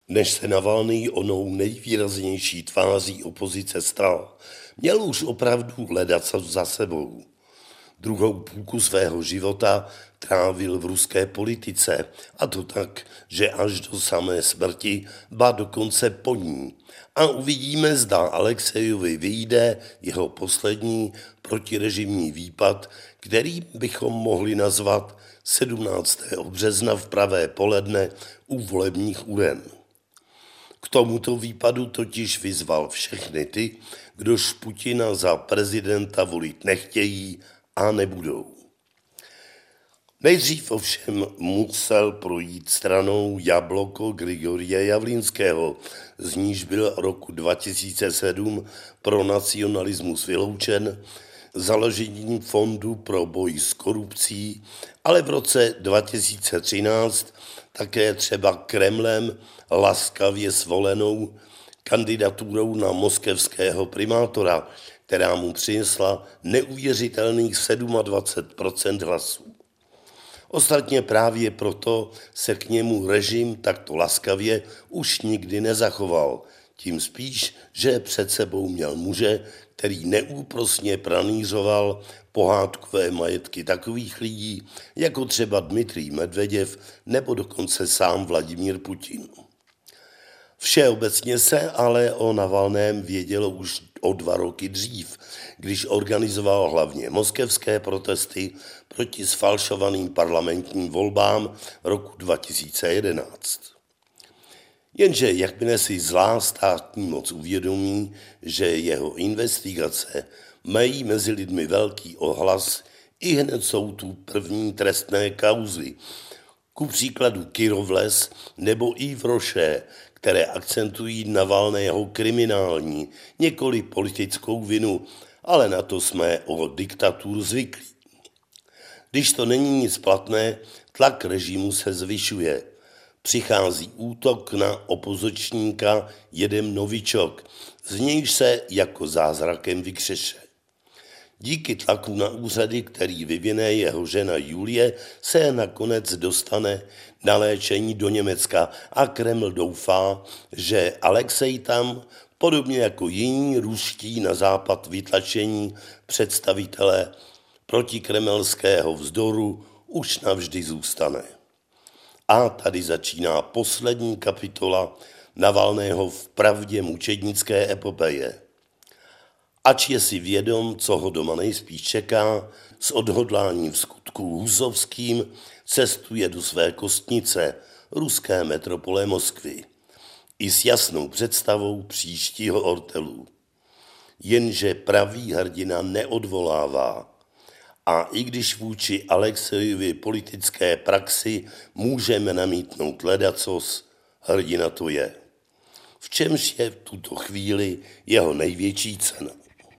Než se Navalný onou nejvýraznější tváří opozice stal, měl už opravdu ledacos za sebou. Druhou půlku svého života trávil v ruské politice, a to tak, že až do samé smrti, ba dokonce po ní. A uvidíme, zda Alexejovi vyjde jeho poslední protirežimní výpad, který bychom mohli nazvat 17. března v pravé poledne u volebních uren. K tomuto výpadu totiž vyzval všechny ty, kdož Putina za prezidenta volit nechtějí a nebudou. Nejdřív ovšem musel projít stranou jabloko Grigoria Javlinského, z níž byl roku 2007 pro nacionalismus vyloučen, založením fondu pro boj s korupcí, ale v roce 2013 také třeba Kremlem laskavě svolenou kandidaturou na moskevského primátora, která mu přinesla neuvěřitelných 27% hlasů. Ostatně právě proto se k němu režim takto laskavě už nikdy nezachoval, tím spíš, že před sebou měl muže, který neúprosně pranýřoval pohádkové majetky takových lidí, jako třeba Dmitrij Medveděv nebo dokonce sám Vladimír Putin. Všeobecně se ale o Navalném vědělo už o 2 roky dřív, když organizoval hlavně moskevské protesty proti sfalšovaným parlamentním volbám roku 2011. Jenže jakmile si zlá státní moc uvědomí, že jeho investigace mají mezi lidmi velký ohlas, ihned jsou tu první trestné kauzy, ku příkladu Kirovles nebo Yves Rocher, které akcentují Navalného kriminální, nikoli politickou vinu, ale na to jsme o diktaturu zvyklí. Když to není nic platné, tlak režimu se zvyšuje. Přichází útok na opozičníka jeden novičok, z nějž se jako zázrakem vykřeše. Díky tlaku na úřady, který vyvine jeho žena Julie, se nakonec dostane na léčení do Německa a Kreml doufá, že Alexej tam, podobně jako jiní ruští na západ vytlačení představitelé protikremelského vzdoru, už navždy zůstane. A tady začíná poslední kapitola Navalného vpravdě mučednické epopeje. Ač je si vědom, co ho doma nejspíš čeká, s odhodláním v skutku husovským cestuje do své kostnice, ruské metropole Moskvy, i s jasnou představou příštího ortelu. Jenže pravý hrdina neodvolává. A i když vůči Alexejovi politické praxi můžeme namítnout ledacos, hrdina to je. V čemž je v tuto chvíli jeho největší cena.